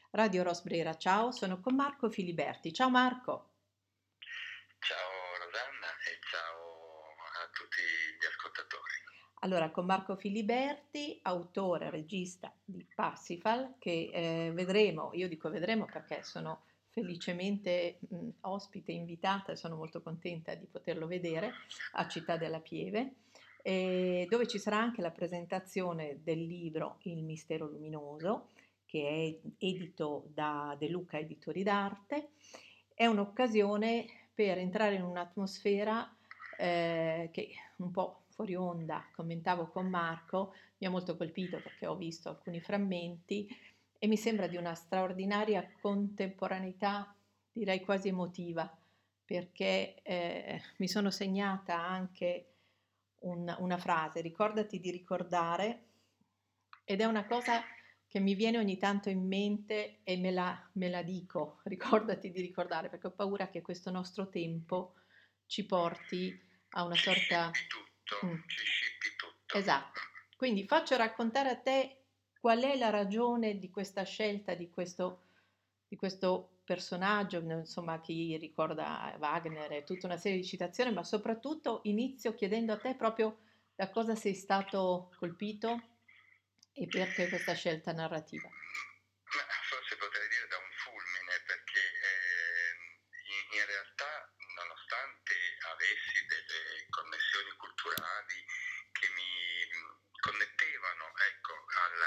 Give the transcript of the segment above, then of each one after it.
Radio Rosbrera, ciao, sono con Marco Filiberti. Ciao Marco. Ciao Rosanna e ciao a tutti gli ascoltatori. Allora, con Marco Filiberti, autore, regista di Parsifal, che vedremo, io dico vedremo perché sono felicemente ospite, invitata e sono molto contenta di poterlo vedere a Città della Pieve, dove ci sarà anche la presentazione del libro Il mistero luminoso, che è edito da De Luca Editori d'Arte. È un'occasione per entrare in un'atmosfera che un po' fuori onda commentavo con Marco, mi ha molto colpito perché ho visto alcuni frammenti e mi sembra di una straordinaria contemporaneità, direi quasi emotiva, perché mi sono segnata anche una frase, ricordati di ricordare, ed è una cosa che mi viene ogni tanto in mente e me la dico, ricordati di ricordare, perché ho paura che questo nostro tempo ci porti a una Ci sorta... scippi tutto, Mm, ci scippi tutto. esatto. Quindi faccio raccontare a te qual è la ragione di questa scelta, di questo personaggio, insomma, chi ricorda Wagner e tutta una serie di citazioni, ma soprattutto inizio chiedendo a te proprio da cosa sei stato colpito e perché questa scelta narrativa. Ma forse potrei dire da un fulmine perché in realtà nonostante avessi delle connessioni culturali che mi connettevano ecco,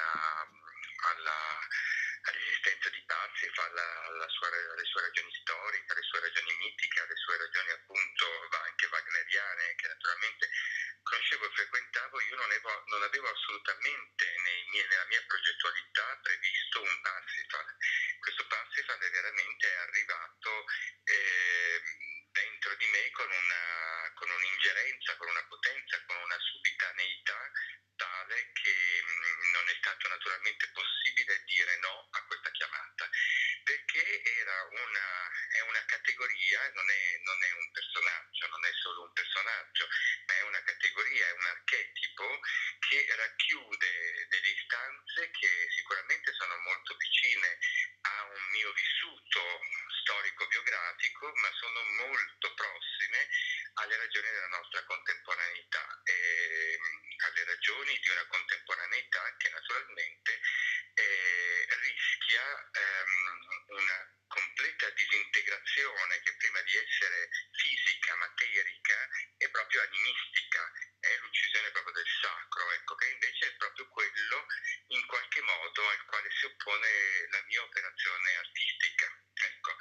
alla- all'esistenza di Parsifal, alle sue ragioni storiche, alle sue ragioni mitiche, alle sue ragioni appunto anche wagneriane, che naturalmente conoscevo e frequentavo, io non avevo assolutamente nella mia progettualità previsto un Parsifal. Questo Parsifal è veramente arrivato dentro di me con un'ingerenza, con una potenza, con una subitaneità tale che non è stato naturalmente possibile dire no a questa chiamata, perché è una categoria, non è un personaggio, non è solo un personaggio, ma è una categoria, è un archetipo che racchiude delle istanze che sicuramente sono molto vicine a un mio vissuto storico-biografico, ma sono molto prossime alle ragioni della nostra contemporaneità, alle ragioni di una contemporaneità che naturalmente rischia una completa disintegrazione che prima di essere fisica, materica, è proprio animistica, è l'uccisione proprio del sacro, ecco, che invece è proprio quello in qualche modo al quale si oppone la mia operazione artistica, ecco,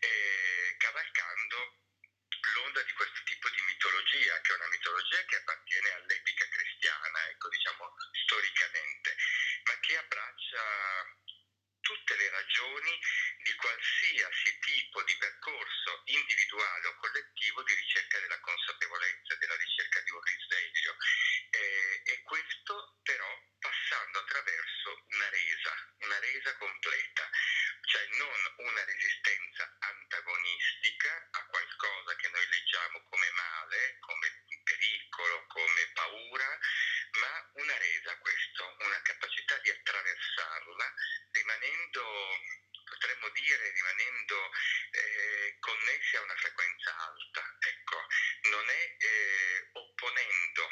cavalcando l'onda di questo tipo di mitologia, che è una mitologia che appartiene all'epica cristiana, ecco, diciamo storicamente, ma che abbraccia tutte le ragioni di qualsiasi tipo di percorso individuale o collettivo di ricerca della consapevolezza, della ricerca di un risveglio. E questo però passando attraverso una resa completa, cioè non una resistenza antagonistica a qualcosa che noi leggiamo come male, come pericolo, come paura, ma una resa, questo, una capacità di attraversarla rimanendo, potremmo dire, rimanendo connessi a una frequenza alta. Ecco, non è opponendo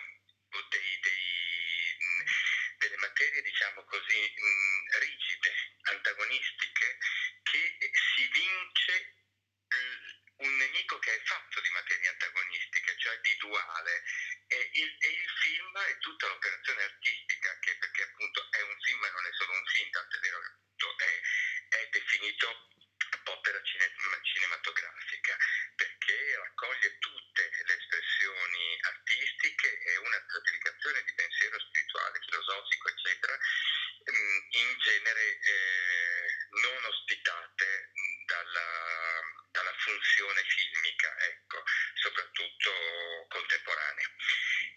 delle materie, diciamo così, rigide, antagonistiche, che si vince un nemico che è fatto di materie antagonistiche, cioè di duale. E il film e tutta l'operazione artistica, che perché appunto è un film e non è solo un film, tant'è vero che appunto è definito opera cinematografica, perché raccoglie tutte le espressioni artistiche e una stratificazione di pensiero spirituale, filosofico, eccetera, in genere non ospitate dalla funzione filmica, ecco, soprattutto contemporanea.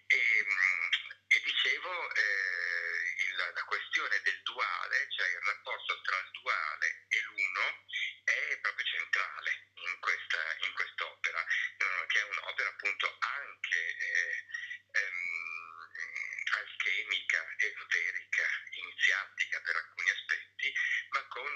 E dicevo, la questione del duale, cioè il rapporto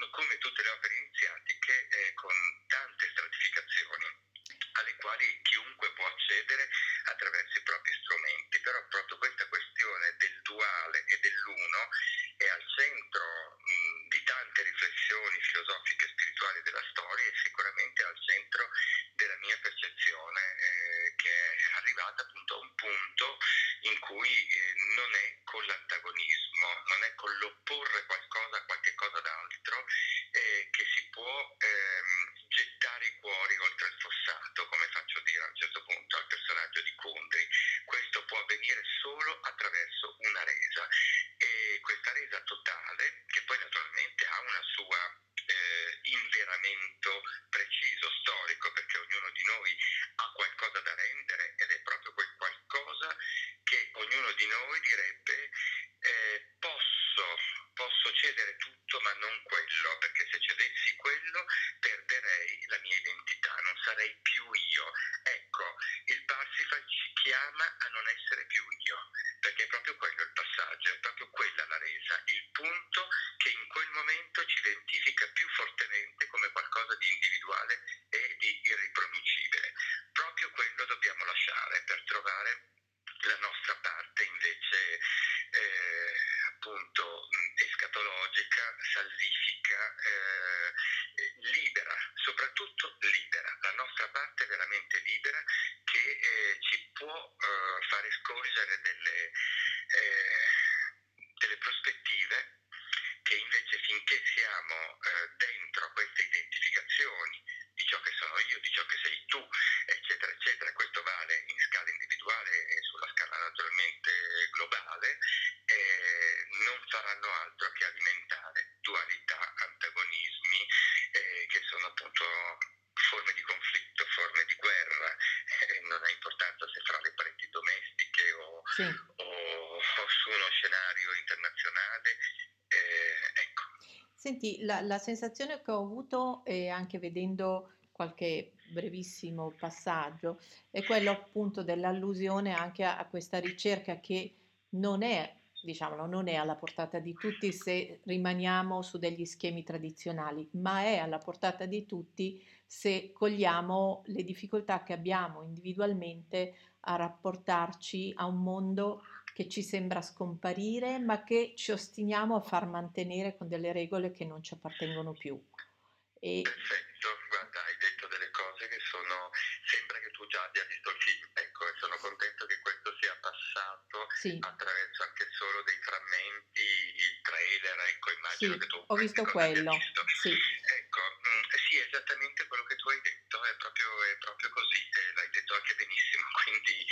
sono come tutte le opere iniziatiche con tante stratificazioni alle quali chiunque può accedere attraverso i propri strumenti, però proprio questa questione del duale e dell'uno è al centro di tante riflessioni filosofiche e spirituali della storia e sicuramente al centro della mia percezione che è arrivata appunto a un punto in cui non è con l'antagonismo, non è con l'opporre qualcosa a qualche cosa d'altro che si può gettare i cuori oltre il fossato, come faccio dire a un certo punto al personaggio di Kundry. Questo può avvenire solo attraverso una resa e questa resa totale, che poi naturalmente ha una sua inveramento preciso, storico, perché ognuno di noi ha qualcosa da rendere ed è proprio quel qualcosa che ognuno di noi direbbe posso cedere tutto ma non quello, perché se cedessi quello perderei la mia identità, non sarei più io. Ecco, il Parsifal ci chiama a non essere più io, perché è proprio quello il passaggio, è proprio quella la resa, il punto che in quel momento ci identifica più fortemente come qualcosa di individuale e di irriproducibile. Proprio quello dobbiamo lasciare per trovare la nostra parte invece appunto escatologica, salvifica, libera, soprattutto libera, la nostra parte veramente libera che ci può fare scorgere delle prospettive che invece finché siamo dentro queste identificazioni di ciò che sono io, di ciò che sei tu, eccetera, eccetera, questo vale in scala individuale e sulla scala naturalmente globale, non faranno altro che alimentare dualità, antagonismi, che sono appunto forme di conflitto, forme di guerra, non ha importanza se fra le pareti domestiche Sì. o su uno scenario internazionale, ecco. Senti, la sensazione che ho avuto, anche vedendo qualche brevissimo passaggio, è quello appunto dell'allusione anche a questa ricerca che non è, diciamolo, non è alla portata di tutti se rimaniamo su degli schemi tradizionali, ma è alla portata di tutti se cogliamo le difficoltà che abbiamo individualmente a rapportarci a un mondo che ci sembra scomparire, ma che ci ostiniamo a far mantenere con delle regole che non ci appartengono più. Perfetto, guarda, hai detto delle cose che sembra che tu già abbia visto il film, ecco, e sono contento che questo sia passato Sì, attraverso anche solo dei frammenti, il trailer, ecco, immagino che sì, tu ho queste visto cose abbia quello, visto. sì, Ecco, sì, è esattamente quello che tu hai detto, è proprio così, e l'hai detto anche benissimo, quindi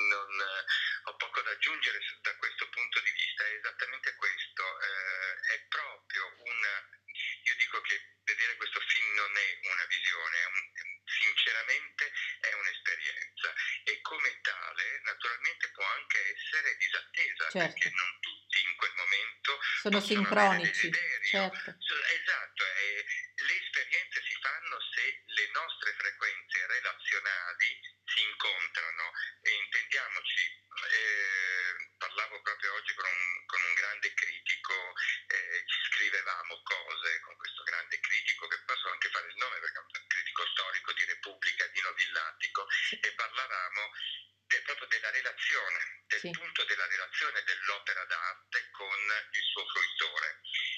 ho poco da aggiungere da questo punto di vista, è esattamente questo, è proprio io dico che vedere questo film non è una visione, sinceramente è un'esperienza e come tale naturalmente può anche essere disattesa perché certo. non tutti in quel momento Sono possono avere sincronici, desiderio. certo, Esatto, le esperienze si fanno se le nostre frequenze relazionali si incontrano e intendiamoci, parlavo proprio oggi con un grande critico, ci scrivevamo cose con questo grande critico che posso anche fare il nome perché è un critico storico di Repubblica, Dino Villatico, sì, e parlavamo proprio della relazione, del sì, punto della relazione dell'opera d'arte con il suo fruitore.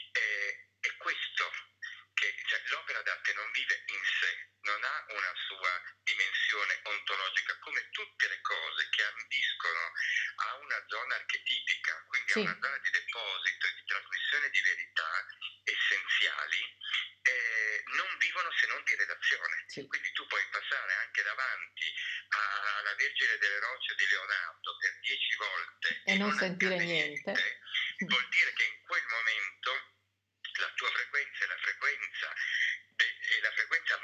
E questo, cioè, l'opera d'arte non vive in sé, non ha una sua dimensione ontologica, come tutte le cose che ambiscono a una zona archetipica, quindi a una sì, zona di deposito e di trasmissione di verità essenziali, non vivono se non di relazione. sì, Quindi tu puoi passare anche davanti alla Vergine delle Rocce di Leonardo per 10 volte e e non non sentire accade niente. niente, vuol dire che in quel momento la tua frequenza e la frequenza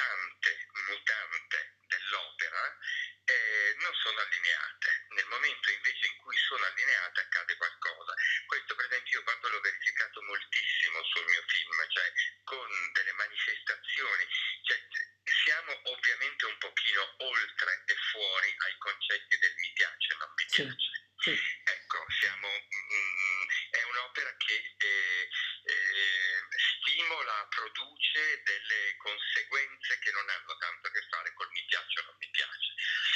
mutante dell'opera non sono allineate. Nel momento invece in cui sono allineate accade qualcosa. Questo per esempio io proprio l'ho verificato moltissimo sul mio film, cioè con delle manifestazioni, cioè, siamo ovviamente un pochino oltre e fuori ai concetti del mi piace, non mi Sì, piace. sì, Ecco, è un'opera che stimola produce delle conseguenze che non hanno tanto a che fare col mi piace o non mi piace.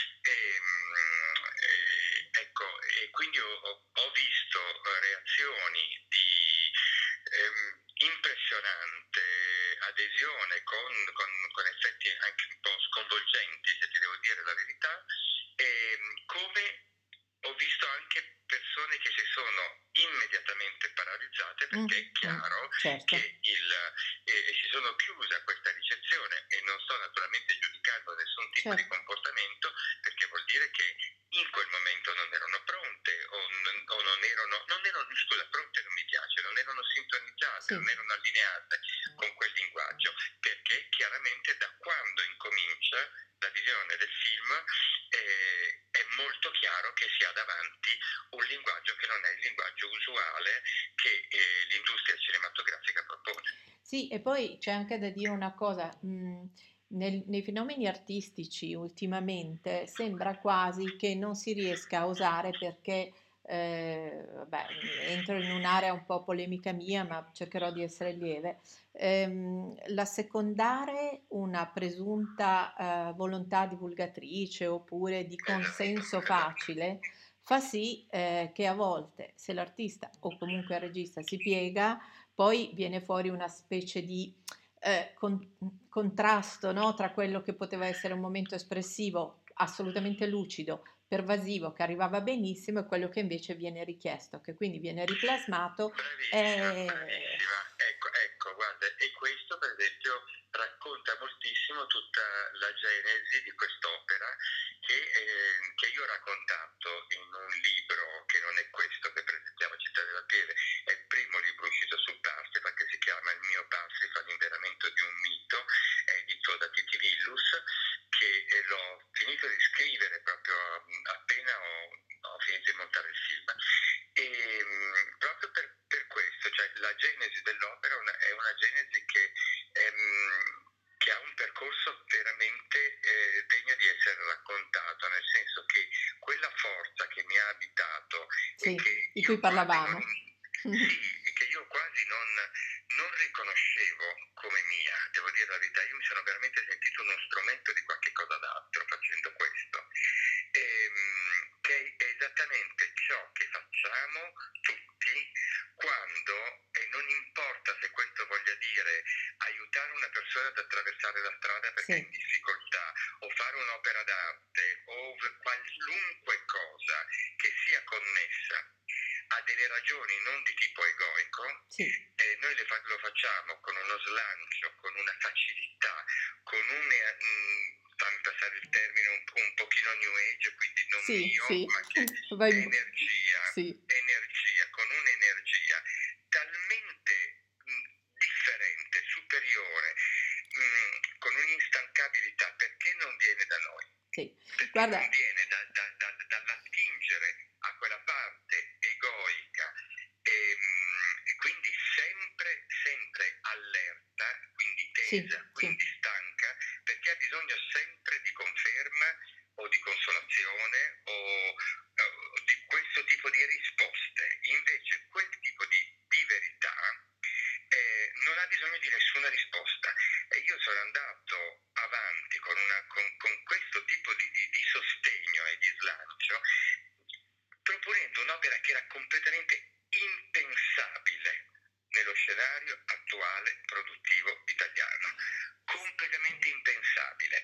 Ecco, e quindi ho visto reazioni di impressionante adesione con effetti anche un po' sconvolgenti, se ti devo dire la verità, come ho visto anche persone che si sono immediatamente paralizzate perché è chiaro certo. che si sono chiuse a questa ricezione, e non sto naturalmente giudicando nessun tipo di Certo. comportamento, perché vuol dire che in quel momento non erano pronte o non erano, scusa, pronte non mi piace, non erano sintonizzate, Sì. non erano allineate con quel linguaggio, perché chiaramente da quando incomincia la visione del film è molto chiaro che si ha davanti un linguaggio che non è il linguaggio usuale che l'industria cinematografica propone. Sì, e poi c'è anche da dire una cosa, nei fenomeni artistici ultimamente sembra quasi che non si riesca a osare perché, vabbè, entro in un'area un po' polemica mia, ma cercherò di essere lieve, l'assecondare una presunta volontà divulgatrice oppure di consenso Esatto. facile fa sì che a volte, se l'artista o comunque il regista si piega, poi viene fuori una specie di contrasto, no? Tra quello che poteva essere un momento espressivo assolutamente lucido, pervasivo, che arrivava benissimo, e quello che invece viene richiesto, che quindi viene riplasmato. Bravissima, bravissima. Ecco, guarda, e questo per esempio racconta moltissimo tutta la genesi di quest'opera che io ho raccontato in un libro che non è questo che presentiamo a Città della Pieve, è il primo libro uscito su Parsifal, che si chiama Il mio Parsifal, l'inveramento di un mito, è edito da Titi Villus, che l'ho finito di scrivere proprio appena ho finito di montare il film. E proprio per questo, cioè la genesi dell'opera è una genesi che ha un percorso veramente degno di essere raccontato, nel senso che quella forza che mi ha abitato Sì, e che di io cui quasi parlavamo. sì, che io quasi non riconoscevo come mia, devo dire la verità, io mi sono veramente sentito uno strumento di qualche cosa d'altro facendo questo, che è esattamente ciò che facciamo tutti quando, e non importa se questo voglia dire aiutare una persona ad attraversare la strada perché è in Sì, difficoltà, o fare un'opera d'arte, o qualunque cosa che sia connessa a delle ragioni non di tipo egoico, sì, noi lo facciamo con uno slancio, con una facilità, con fammi passare il termine, un pochino new age, quindi non sì, mio, sì, ma che energia, sì, con un'energia talmente differente, superiore, con un'instancabilità, perché non viene da noi, sì. perché Guarda, non viene dall'attingere a quella parte egoica e quindi sempre, sempre allerta, quindi sì, tesa, sì, quindi stanca, perché ha bisogno sempre di conferma o di consolazione o di questo tipo di risposte. Invece quel tipo di verità non ha bisogno di nessuna risposta, e io sono andato avanti con questo tipo di sostegno e di slancio, proponendo un'opera che era completamente impensabile nello scenario attuale produttivo italiano, completamente impensabile.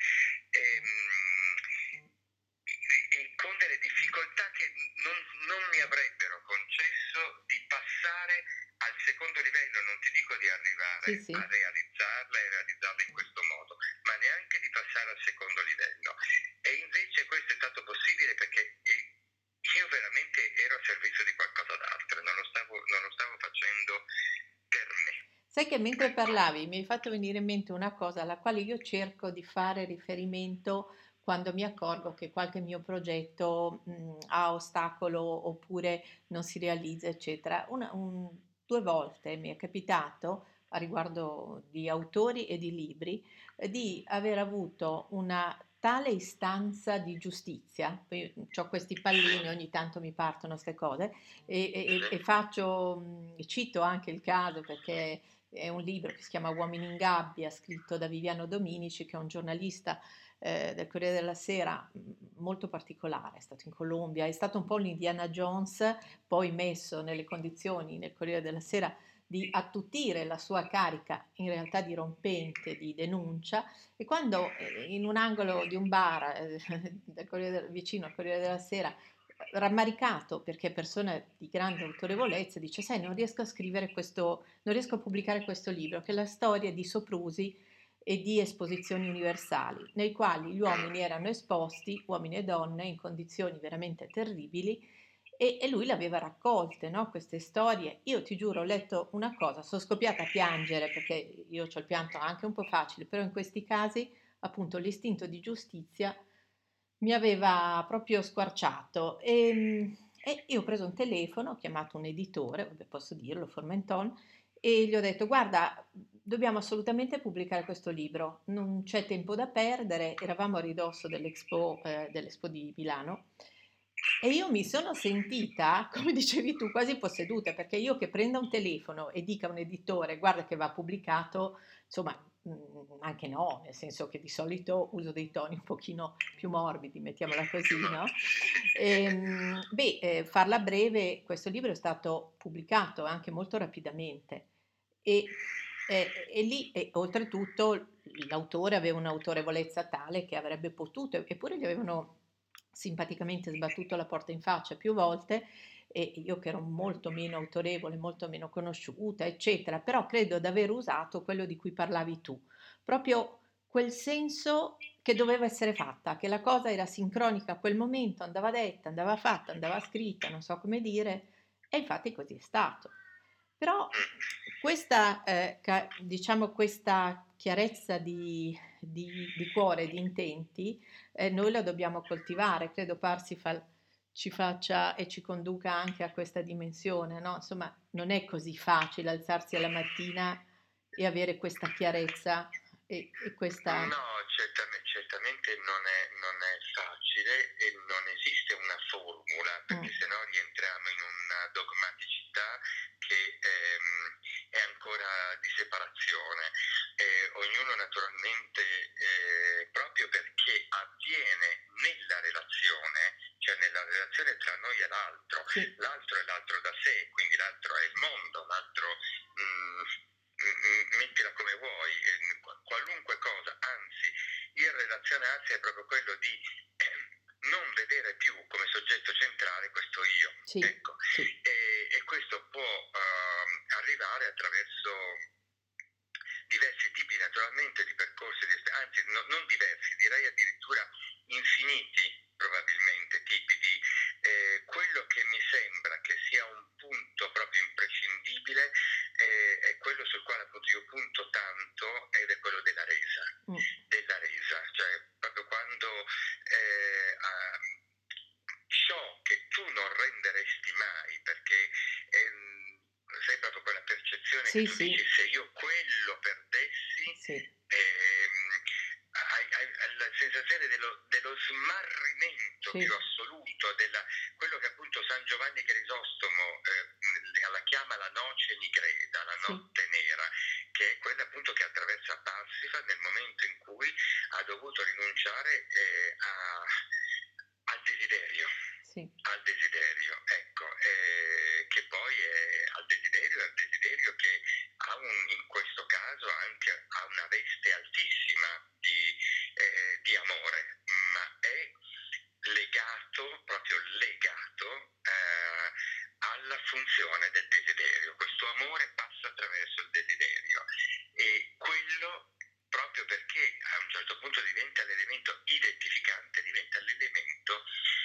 E con delle difficoltà che non mi avrebbero concesso di passare al secondo livello, non ti dico di sì, arrivare a sì. realizzarla e realizzarla in questo modo, ma neanche di passare al secondo livello. E invece questo è stato possibile perché io veramente ero a servizio di qualcosa d'altro, non lo stavo facendo per me. Sai che mentre Ecco. parlavi mi hai fatto venire in mente una cosa alla quale io cerco di fare riferimento quando mi accorgo che qualche mio progetto ha ostacolo oppure non si realizza, eccetera. Due volte mi è capitato, a riguardo di autori e di libri, di aver avuto una tale istanza di giustizia. Poi ho questi pallini, ogni tanto mi partono queste cose, e Sì. faccio, cito anche il caso perché è un libro che si chiama Uomini in gabbia, scritto da Viviano Dominici, che è un giornalista del Corriere della Sera molto particolare, è stato in Colombia, è stato un po' l'Indiana Jones, poi messo nelle condizioni nel Corriere della Sera di attutire la sua carica in realtà dirompente di denuncia, e quando in un angolo di un bar vicino al Corriere della Sera, rammaricato perché è persona di grande autorevolezza, dice: sai, non riesco a scrivere questo, non riesco a pubblicare questo libro, che è la storia di soprusi e di esposizioni universali, nei quali gli uomini erano esposti, uomini e donne, in condizioni veramente terribili, e lui le aveva raccolte, no? Queste storie. Io ti giuro, ho letto una cosa, sono scoppiata a piangere perché io ho il pianto anche un po' facile, però in questi casi appunto l'istinto di giustizia mi aveva proprio squarciato, e io ho preso un telefono, ho chiamato un editore, vabbè, posso dirlo, Formenton, e gli ho detto: guarda, dobbiamo assolutamente pubblicare questo libro, non c'è tempo da perdere, eravamo a ridosso dell'Expo di Milano, e io mi sono sentita, come dicevi tu, quasi posseduta, perché io che prenda un telefono e dica a un editore: guarda che va pubblicato, insomma, anche no, nel senso che di solito uso dei toni un pochino più morbidi, mettiamola così, no? Farla breve, questo libro è stato pubblicato anche molto rapidamente, e, e lì, e oltretutto, l'autore aveva un'autorevolezza tale che avrebbe potuto, eppure gli avevano simpaticamente sbattuto la porta in faccia più volte, e io che ero molto meno autorevole, molto meno conosciuta, eccetera, però credo di aver usato quello di cui parlavi tu, proprio quel senso che doveva essere fatta, che la cosa era sincronica a quel momento, andava detta, andava fatta, andava scritta, non so come dire, e infatti così è stato. Però questa, diciamo, questa chiarezza di cuore, di intenti, noi la dobbiamo coltivare. Credo Parsifal ci faccia e ci conduca anche a questa dimensione, no? Insomma, non è così facile alzarsi alla mattina e avere questa chiarezza e questa... No, certamente non è facile e non esiste una formula, perché Mm, sennò rientriamo in una dogmaticità che è ancora di separazione. Ognuno naturalmente, proprio perché avviene nella relazione, cioè nella relazione tra noi e sì, l'altro è l'altro da sé, quindi l'altro è il mondo, l'altro... mettila come vuoi, qualunque cosa, anzi, il relazionarsi è proprio quello di non vedere più come soggetto centrale questo io, sì, ecco, sì, e questo può arrivare attraverso diversi tipi naturalmente di percorsi, anzi non diversi, direi addirittura infiniti probabilmente tipi di quello che mi sembra che sia un punto proprio imprescindibile, è quello sul quale appunto io punto tanto, ed è quello mm, della resa, cioè proprio quando ciò che tu non renderesti mai, perché sai proprio quella percezione che sì, tu dici: sì, se io quello perdessi, sì, hai la sensazione dello smarrimento più sì, assoluto, quello che appunto San Giovanni Crisostomo la chiama la noce nigreda, la sì, notte nera, che è quella appunto che attraversa Parsifal nel momento in cui ha dovuto rinunciare al desiderio, sì, ecco, che poi è al desiderio che in questo caso anche ha una veste altissima di amore, ma è legato, proprio legato alla funzione del desiderio. Questo amore passa attraverso il desiderio, e quello proprio perché a un certo punto diventa l'elemento identificante, diventa l'elemento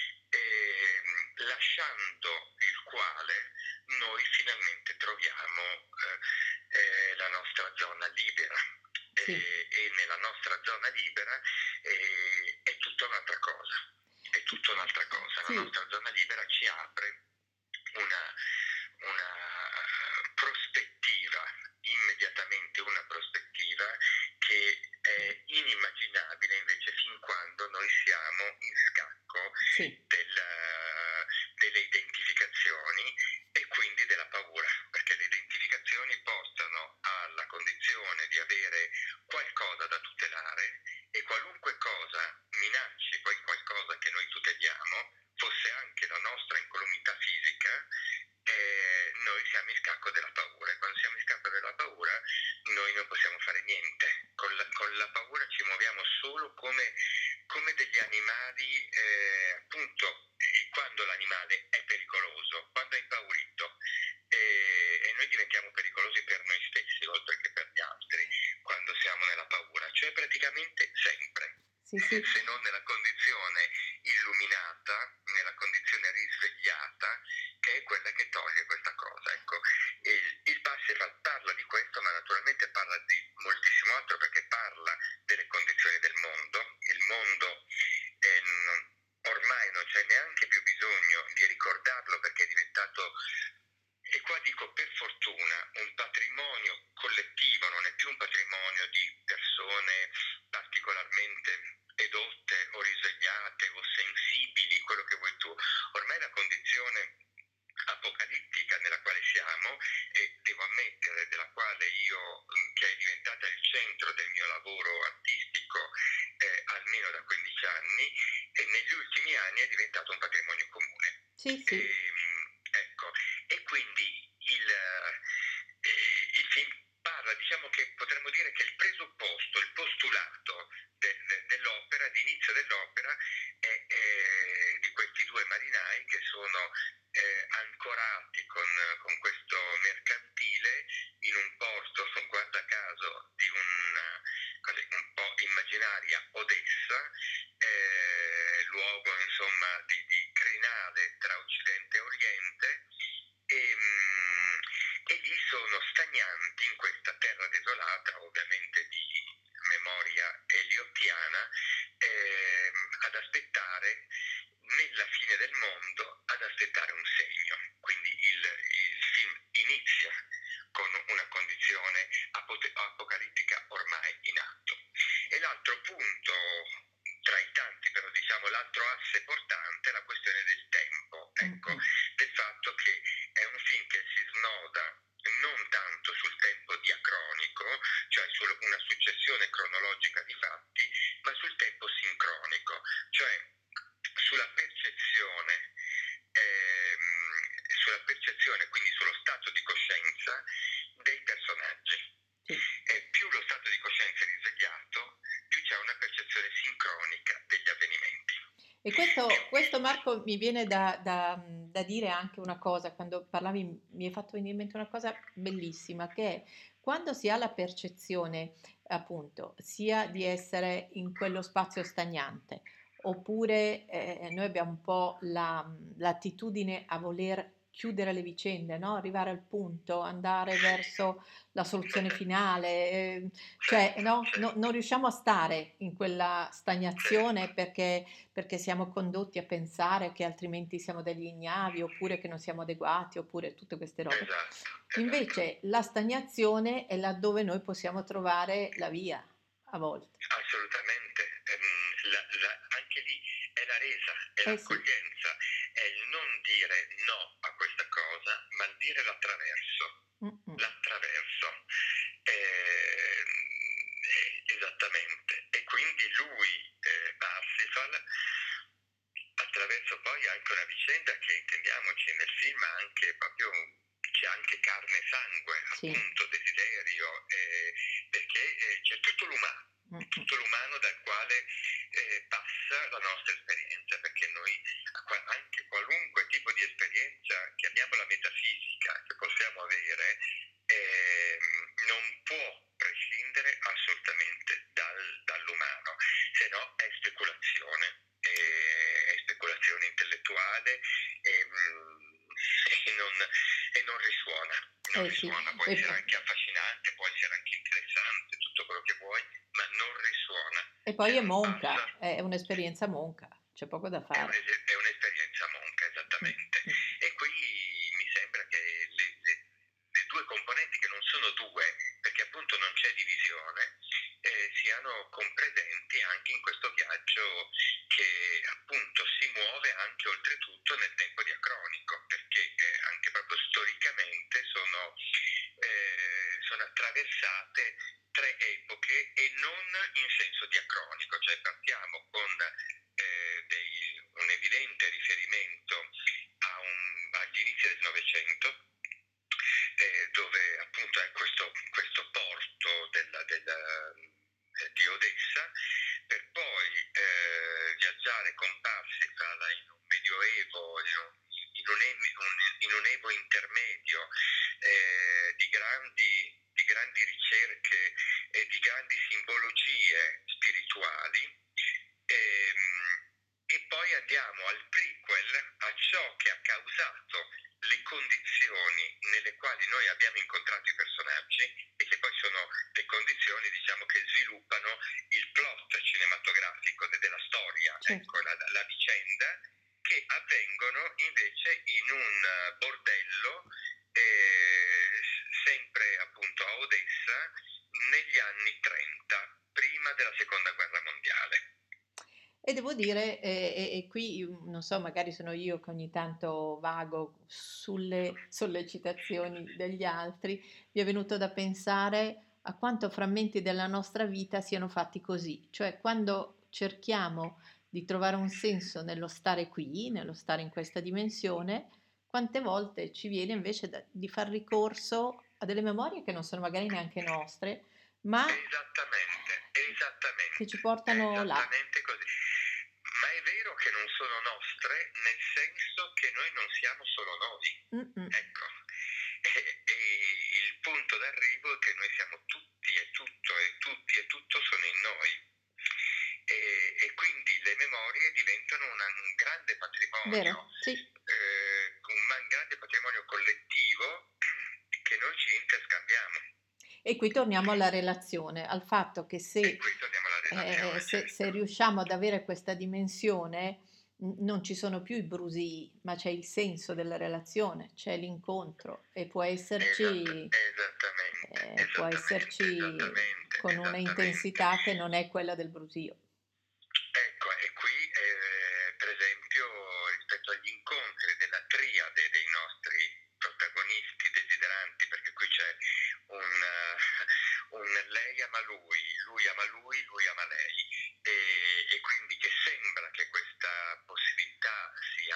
lasciando il quale noi finalmente troviamo la nostra zona libera, sì, e nella nostra zona libera è tutta un'altra cosa, è tutta un'altra cosa. La sì, nostra zona libera ci apre una prospettiva, immediatamente una prospettiva che è inimmaginabile invece fin quando noi siamo in scacco sì, delle identificazioni e quindi della paura, perché le identificazioni portano alla possiamo fare niente. Con la paura ci muoviamo solo come degli animali, appunto, quando l'animale è pericoloso, quando è impaurito, e noi diventiamo pericolosi per noi stessi, oltre che per gli altri, quando siamo nella paura, cioè praticamente sempre. Sì, sì. Se non nella condizione illuminata, nella condizione risvegliata, che è quella che toglie questa cosa. Ecco, il Parsifal parla di questo, ma naturalmente parla di moltissimo altro, perché parla delle condizioni del mondo. Il mondo ormai non c'è neanche più bisogno di ricordarlo, perché è diventato, e qua dico per fortuna, un patrimonio collettivo, non è più un patrimonio di persone particolarmente edotte o risvegliate o sensibili, quello che vuoi tu. Ormai la condizione apocalittica nella quale siamo, e devo ammettere della quale io, che è diventata il centro del mio lavoro artistico almeno da 15 anni, e negli ultimi anni è diventato un patrimonio comune. Sì, sì. Ecco, e quindi il film parla, diciamo che potremmo dire che il presupposto, il postulato dell'opera, l'inizio dell'opera, è di questi due marinai che sono ancorati con questo mercantile in un porto, guarda caso, di un po' immaginaria Odessa, luogo insomma di crinale tra Occidente e Oriente, e lì sono stagnanti in questa terra desolata, ovviamente di memoria eliottiana, ad aspettare, nella fine del mondo, ad aspettare un segno. Quindi il film inizia con una condizione apocalittica ormai in atto. E l'altro punto, tra i tanti, però diciamo l'altro asse portante, è la questione del tempo, ecco, del fatto che è un film che si snoda non tanto sul tempo diacronico, cioè su una successione cronologica di fatti, ma sul tempo sincronico, cioè sulla percezione, quindi sullo stato di coscienza dei personaggi. Sì. E più lo stato di coscienza è risvegliato, più c'è una percezione sincronica degli avvenimenti. E questo Marco mi viene da dire anche una cosa, quando parlavi mi hai fatto venire in mente una cosa bellissima, che è quando si ha la percezione appunto sia di essere in quello spazio stagnante, oppure noi abbiamo un po' l'attitudine a voler chiudere le vicende, no? Arrivare al punto, andare verso la soluzione finale, cioè no? Non riusciamo a stare in quella stagnazione perché siamo condotti a pensare che altrimenti siamo degli ignavi, oppure che non siamo adeguati, oppure tutte queste robe. Esatto. Invece la stagnazione è laddove noi possiamo trovare la via, a volte. Assolutamente. Anche lì è la resa, è Sì, l'accoglienza, è il non dire no a questa cosa, ma il dire l'attraverso. L'attraverso. Esattamente. E quindi lui, Parsifal, attraverso poi anche una vicenda che, intendiamoci, nel film anche proprio c'è anche carne e sangue, sì. appunto, desiderio, perché c'è tutto l'umano dal quale passa la nostra esperienza, perché noi anche qualunque tipo di esperienza, chiamiamola metafisica, che possiamo avere, non può prescindere assolutamente dall'umano, se no è speculazione intellettuale, e non risuona. Non risuona, Sì. può essere anche affascinante, può essere anche interessante, tutto quello che vuoi, ma non risuona. E poi è monca, è un'esperienza monca, c'è poco da fare. È un'esperienza monca, esattamente. E qui mi sembra che le due componenti, che non sono due, perché appunto non c'è divisione, siano compresenti anche in questo viaggio che appunto si muove anche oltretutto nel tempo diacronico, perché anche proprio storicamente sono attraversate tre epoche, e non in senso diacronico, cioè partiamo con un evidente riferimento agli inizi del Novecento, dove appunto è questo porto grandi simbologie spirituali, e poi andiamo al prequel, a ciò che ha causato le condizioni nelle quali noi abbiamo incontrato i personaggi e che poi sono le condizioni, diciamo, che sviluppano il plot cinematografico della storia, certo. ecco, la vicenda, che avvengono invece in un bordello, sempre appunto a Odessa, negli anni 30, prima della seconda guerra mondiale. E devo dire, e qui non so, magari sono io che ogni tanto vago sulle sollecitazioni degli altri, mi è venuto da pensare a quanto frammenti della nostra vita siano fatti così, cioè quando cerchiamo di trovare un senso nello stare qui, nello stare in questa dimensione, quante volte ci viene invece di far ricorso a delle memorie che non sono magari neanche nostre, ma che ci È portano là. esattamente così. Ma è vero che non sono nostre, nel senso che noi non siamo solo noi. Mm-mm. Ecco. E il punto d'arrivo è che noi siamo tutti e tutto, e tutti e tutto sono in noi. E quindi le memorie diventano un grande patrimonio, Vero? Sì. un grande patrimonio collettivo che noi ci interscambiamo. E qui torniamo alla relazione, al fatto che E qui torniamo alla relazione, se certo. riusciamo ad avere questa dimensione, non ci sono più i brusii, ma c'è il senso della relazione, c'è l'incontro e può esserci con una Esattamente. intensità che non è quella del brusio. Ecco, e qui per esempio rispetto agli incontri della triade dei nostri protagonisti desideranti, perché qui c'è un lei ama lui ama lui ama lei, e quindi che sembra che questa possibilità sia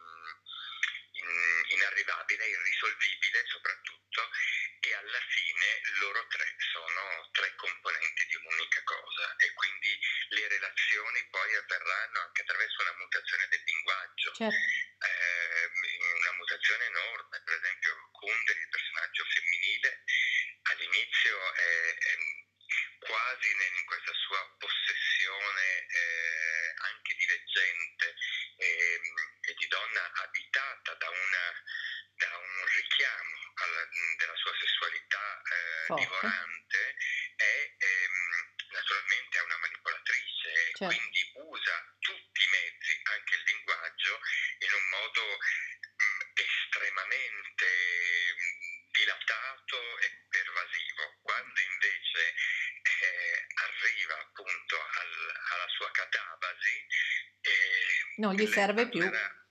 inarrivabile, irrisolvibile soprattutto, e alla fine loro tre sono tre componenti di un'unica cosa, e quindi le relazioni poi avverranno anche attraverso una mutazione del linguaggio, Certo, una mutazione enorme. Per esempio Kundera, il personaggio femminile, all'inizio è quasi in questa sua possessione anche di veggente, e di donna abitata da un richiamo della sua sessualità forte, divorante, è naturalmente è una manipolatrice, e certo. quindi usa tutti i mezzi, anche il linguaggio, in un modo estremamente dilatato e pervasivo, quando invece arriva appunto alla sua catabasi, Non gli lei serve più. parlerà,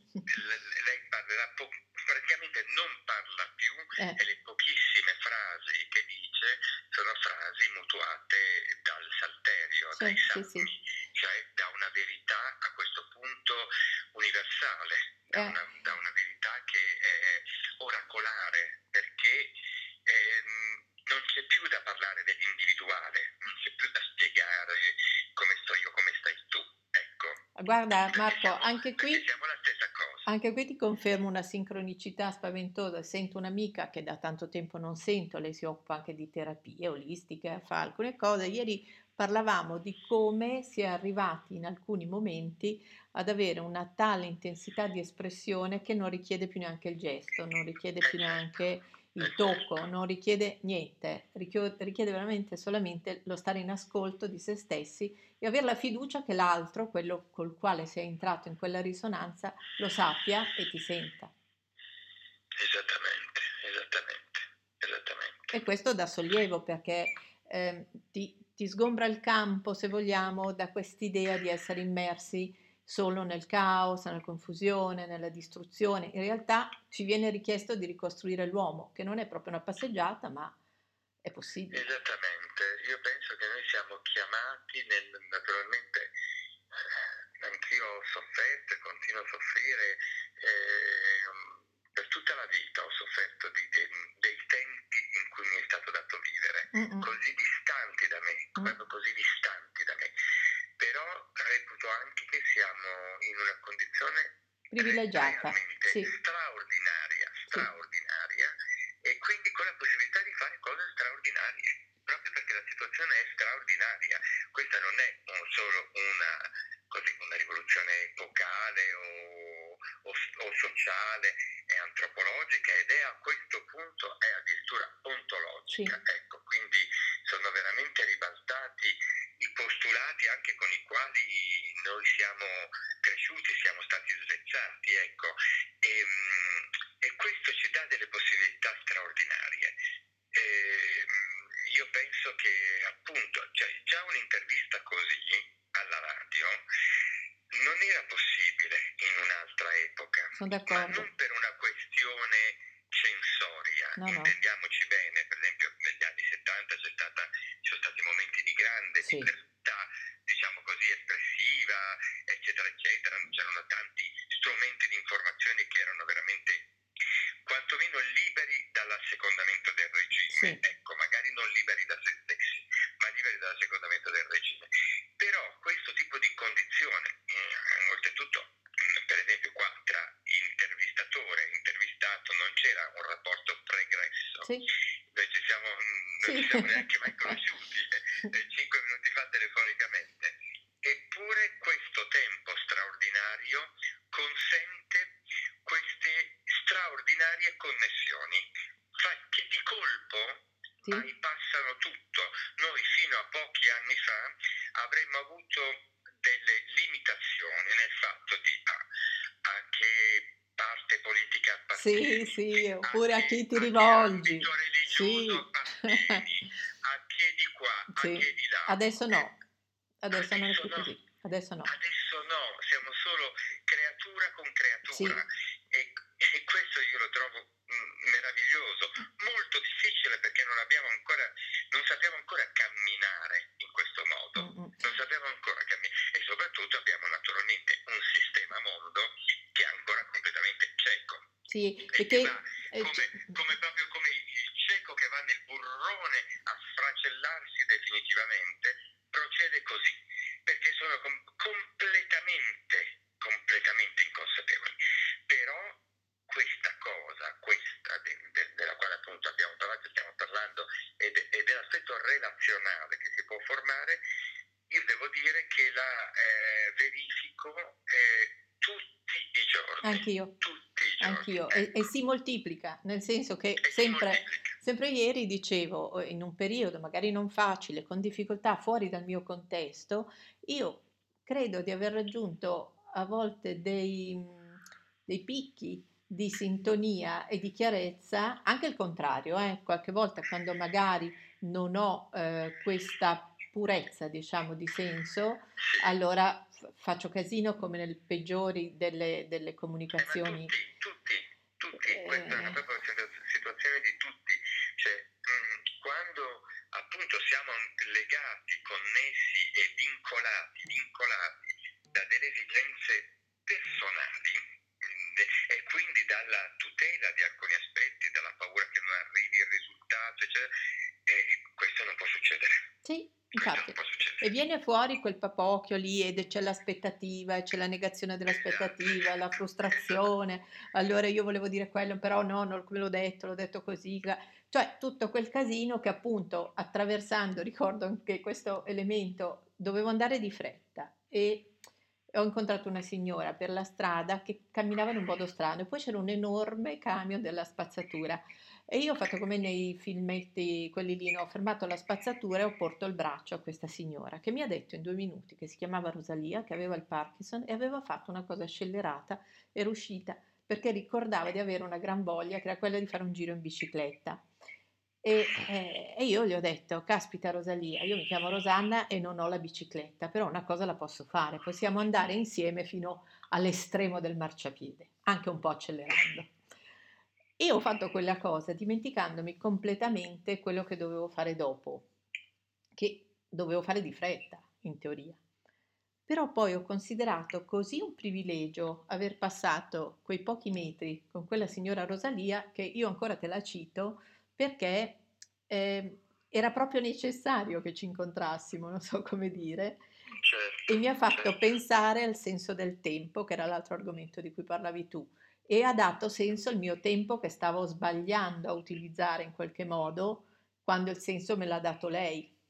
praticamente non parla più, Eh, e le pochissime frasi che dice sono frasi mutuate dal salterio, sì, dai sì, sì. salmi, cioè da una verità a questo punto universale, Eh, da una verità che è oracolare, perché non c'è più da parlare dell'individuale, non c'è più da spiegare come sto io, come stai tu, ecco, guarda Marco, perché siamo la stessa cosa. anche qui ti confermo una sincronicità spaventosa. Sento un'amica che da tanto tempo non sento, lei si occupa anche di terapie olistiche, fa alcune cose. Ieri parlavamo di come si è arrivati in alcuni momenti ad avere una tale intensità di espressione che non richiede più neanche il gesto, non richiede più Certo, neanche il tocco, non richiede niente, richiede veramente solamente lo stare in ascolto di se stessi e avere la fiducia che l'altro, quello col quale sei entrato in quella risonanza, lo sappia e ti senta. esattamente, E questo dà sollievo perché ti sgombra il campo, se vogliamo, da quest'idea di essere immersi solo nel caos, nella confusione, nella distruzione. In realtà ci viene richiesto di ricostruire l'uomo, che non è proprio una passeggiata, ma è possibile. Esattamente, io penso che noi siamo chiamati naturalmente, anch'io ho sofferto e continuo a soffrire, per tutta la vita ho sofferto dei tempi in cui mi è stato dato vivere, Mm-mm. così distanti da me, proprio così distanti da me, però reputo anche che siamo in una condizione Privilegiata, realmente sì, straordinaria, sì. straordinaria, e quindi con la possibilità di fare cose straordinarie, proprio perché la situazione è straordinaria. Questa non è solo una rivoluzione epocale o sociale e antropologica, ed è a questo punto è addirittura ontologica. Sì, Ecco, quindi sono veramente ribaltati i postulati anche con i quali noi siamo cresciuti, siamo stati svezzati, ecco, e questo ci dà delle possibilità straordinarie. Io penso che appunto, cioè, già un'intervista così alla radio non era possibile in un'altra epoca, sono ma d'accordo. non per una questione censoria, No, no, intendiamoci bene. Per esempio negli anni 70 ci sono stati momenti di grande sì, libertà, diciamo così, espressiva, eccetera, eccetera. C'erano tanti strumenti di informazione che erano veramente quantomeno liberi dall'assecondamento del regime, sì, ecco, magari non liberi da se stessi, ma liberi dall'assecondamento del regime. Però questo tipo di condizione, oltretutto, per esempio qua tra intervistatore e intervistato non c'era un rapporto pregresso, sì, non ci sì, siamo neanche mai conosciuti, 5 minuti fa telefonicamente. Eppure questo tempo straordinario consente queste straordinarie connessioni, che di colpo sì, bypassano tutto. Noi fino a pochi anni fa avremmo avuto delle limitazioni nel fatto di a che parte politica sì, appartieni, sì, oppure a chi ti a che ambito rivolgi? religioso Sì, appartieni, a che di qua, a sì, che di là. adesso no, adesso non è Adesso più no, così, adesso no, adesso no, siamo solo creatura con sì, creatura, e questo io lo trovo meraviglioso, molto difficile perché non sappiamo ancora camminare in questo mm, modo, mm. non sappiamo ancora camminare, e soprattutto abbiamo naturalmente un sistema mondo che è ancora completamente cieco Sì, e che va perché proprio come il cieco che va nel burrone a sfracellarsi definitivamente, procede così, perché sono completamente inconsapevoli. Però questa cosa, della quale appunto abbiamo parlato, stiamo parlando, ed è l'aspetto relazionale che si può formare, io devo dire che la verifico tutti i giorni, anch'io, tutti i giorni, anch'io, e ecco, si moltiplica, nel senso che e si moltiplica. sempre ieri dicevo, in un periodo magari non facile, con difficoltà fuori dal mio contesto, io credo di aver raggiunto a volte dei picchi di sintonia e di chiarezza, anche il contrario, qualche volta quando magari non ho questa purezza, diciamo, di senso, Sì. allora faccio casino come nel peggiori delle Ma comunicazioni. tutti, questa è una Eh, proprio situazione di tutti, cioè quando appunto siamo legati, connessi e vincolati da delle esigenze personali, e quindi dalla tutela di alcuni aspetti, dalla paura che non arrivi il risultato, eccetera, questo non può succedere, sì, questo non infatti. può E succedere. viene fuori quel papocchio lì ed c'è l'aspettativa, e c'è la negazione Esatto, dell'aspettativa, la esatto, esatto. frustrazione. Allora io volevo dire quello, però no, non come l'ho detto così. Cioè tutto quel casino che appunto attraversando, ricordo anche questo elemento, dovevo andare di fretta e ho incontrato una signora per la strada che camminava in un modo strano e poi c'era un enorme camion della spazzatura. E io ho fatto come nei filmetti, quelli lì, no? Ho fermato la spazzatura e ho porto il braccio a questa signora che mi ha detto in 2 minuti che si chiamava Rosalia, che aveva il Parkinson e aveva fatto una cosa scellerata, era uscita perché ricordava di avere una gran voglia, che era quella di fare un giro in bicicletta. E io gli ho detto, caspita Rosalia, io mi chiamo Rosanna e non ho la bicicletta, però una cosa la posso fare, possiamo andare insieme fino all'estremo del marciapiede, anche un po' accelerando. E ho fatto quella cosa dimenticandomi completamente quello che dovevo fare dopo, che dovevo fare di fretta, in teoria. Però poi ho considerato così un privilegio aver passato quei pochi metri con quella signora Rosalia che io ancora te la cito perché era proprio necessario che ci incontrassimo, non so come dire, Certo, e mi ha fatto certo. pensare al senso del tempo, che era l'altro argomento di cui parlavi tu, e ha dato senso al mio tempo che stavo sbagliando a utilizzare in qualche modo quando il senso me l'ha dato lei.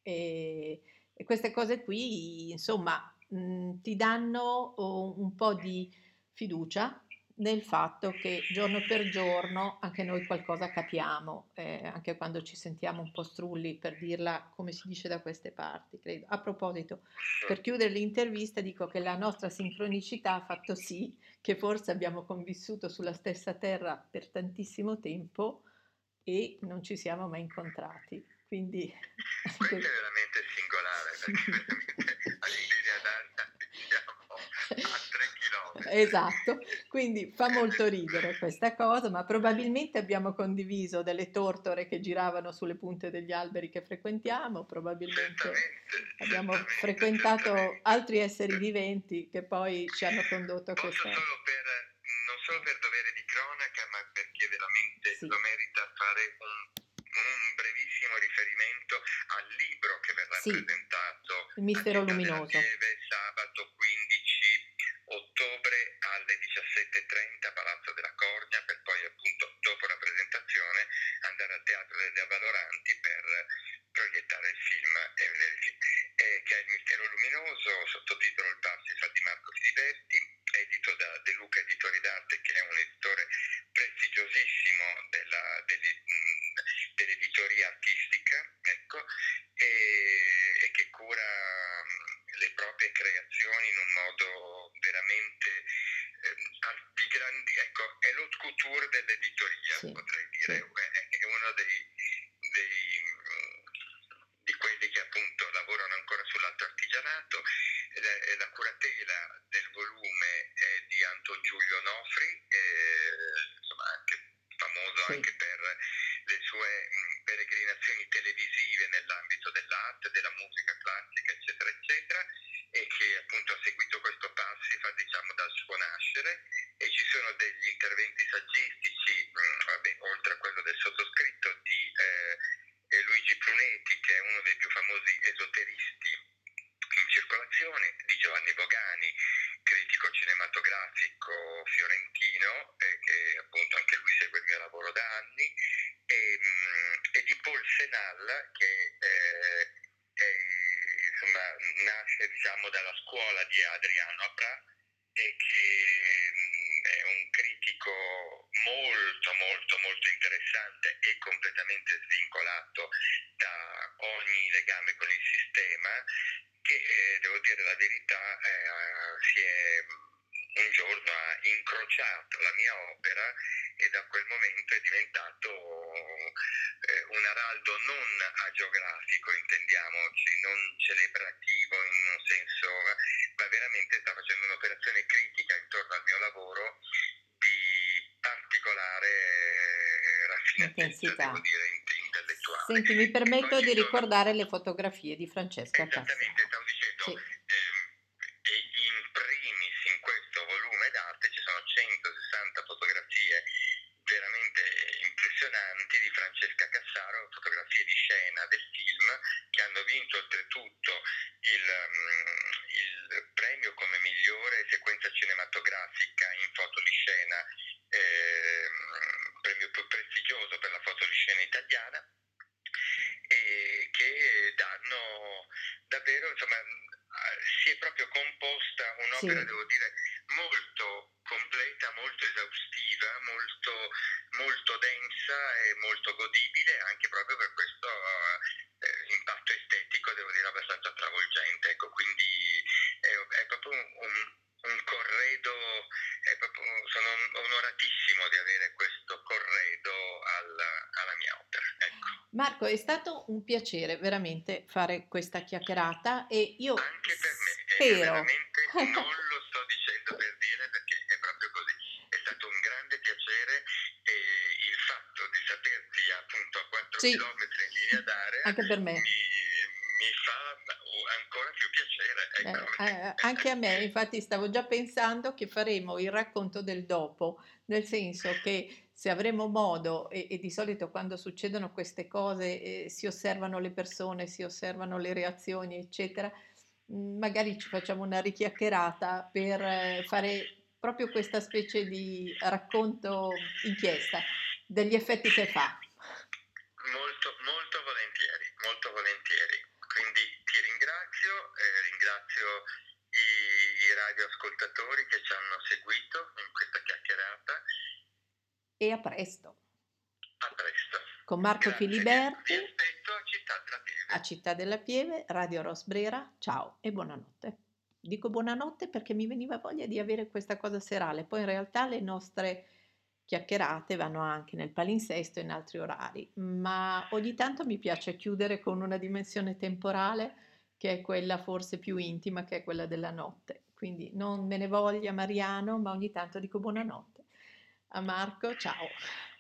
E queste cose qui, insomma, ti danno un po' di fiducia nel fatto che giorno per giorno anche noi qualcosa capiamo, anche quando ci sentiamo un po' strulli, per dirla come si dice da queste parti, credo. A proposito, per chiudere l'intervista dico che la nostra sincronicità ha fatto sì che forse abbiamo convissuto sulla stessa terra per tantissimo tempo e non ci siamo mai incontrati. Quindi Questo è veramente singolare, perché veramente in linea d'aria siamo a 3 chilometri. esatto, quindi fa molto ridere questa cosa, ma probabilmente abbiamo condiviso delle tortore che giravano sulle punte degli alberi che frequentiamo, probabilmente abbiamo Certamente, frequentato certamente. altri esseri viventi che poi ci hanno condotto a Posso questa... solo non solo per dovere di cronaca, ma perché veramente Sì, lo merita, fare un brevissimo riferimento al libro che verrà sì, presentato il a mistero Città della luminoso. Pieve sabato 15 ottobre alle 17:30 a Palazzo della Cornia, per poi appunto dopo la presentazione andare al Teatro degli Avvaloranti per proiettare il film e vedere il film, che è Il mistero luminoso, sottotitolo Il Parsifal di Marco Filiberti, edito da De Luca Editori d'Arte, che è un editore prestigiosissimo dell'editoria artistica, ecco, e che cura le proprie creazioni in un modo veramente di grandi, ecco, è l'haute couture dell'editoria, Sì, potrei dire, sì, è uno di quelli che appunto lavorano ancora sull'alto artigianato. La curatela del volume è di Anton Giulio Nofri, insomma anche famoso sì, anche per le sue peregrinazioni televisive nell'ambito dell'arte, della musica classica, eccetera, eccetera, e che appunto ha seguito questo Parsifal, diciamo, dal suo nascere, e ci sono degli interventi saggistici, vabbè, oltre a quello del sottoscritto, di Luigi Pruneti, che è uno dei più famosi esoteristi in circolazione, di Giovanni Bogani, critico cinematografico fiorentino, che appunto anche lui segue il mio lavoro da anni, e di Paul Senal, che insomma, nasce, diciamo, dalla scuola di Adriano Apra, e che è un critico molto molto molto interessante e completamente svincolato da ogni legame con il sistema, che devo dire la verità, un giorno ha incrociato la mia opera, e da quel momento è diventato un araldo non agiografico, intendiamoci, non celebrativo in un senso, ma veramente sta facendo un'operazione critica intorno al mio lavoro di particolare raffinatezza, devo intensità. dire, intellettuale. Senti, mi E poi permetto ci di sono, ricordare le fotografie di Francesca esattamente, Cassaro. stavo dicendo, Sì, e in primis in questo volume d'arte ci sono 160 fotografie veramente impressionanti di Francesca Cassaro, fotografie di scena del film, che hanno vinto oltretutto il premio come migliore sequenza cinematografica in foto di scena, premio più prestigioso per la foto di scena italiana, e che danno davvero, insomma, si è proprio composta un'opera, sì. devo dire, molto completa, molto esaustiva, molto, molto densa e molto godibile, anche proprio per questo impatto estetico, devo dire, abbastanza travolgente. Ecco, quindi è proprio un corredo, sono onoratissimo di avere questo corredo alla mia opera. Ecco. Marco, è stato un piacere veramente fare questa chiacchierata e io Anche per me, e spero, veramente non lo sto dicendo per dire, perché è proprio così. È stato un grande piacere, e il fatto di saperti appunto a 4 sì, chilometri in linea d'aria anche per me. mi fa ancora più piacere. Anche a me, Ecco. infatti stavo già pensando che faremo il racconto del dopo, nel senso che se avremo modo, e di solito quando succedono queste cose si osservano le persone, si osservano le reazioni, eccetera, magari ci facciamo una richiacchierata per fare proprio questa specie di racconto inchiesta degli effetti che fa. Molto, molto volentieri, molto volentieri. ringrazio i radioascoltatori che ci hanno seguito in questa chiacchierata. E a presto. A presto. Con Marco Grazie, Filiberti vi aspetto a Città della Pieve. a Città della Pieve, Radio Rosbrera. Ciao e buonanotte. Dico buonanotte perché mi veniva voglia di avere questa cosa serale, poi in realtà le nostre chiacchierate vanno anche nel palinsesto e in altri orari, ma ogni tanto mi piace chiudere con una dimensione temporale che è quella forse più intima, che è quella della notte. Quindi non me ne voglia Mariano, ma ogni tanto dico buonanotte. A Marco, ciao.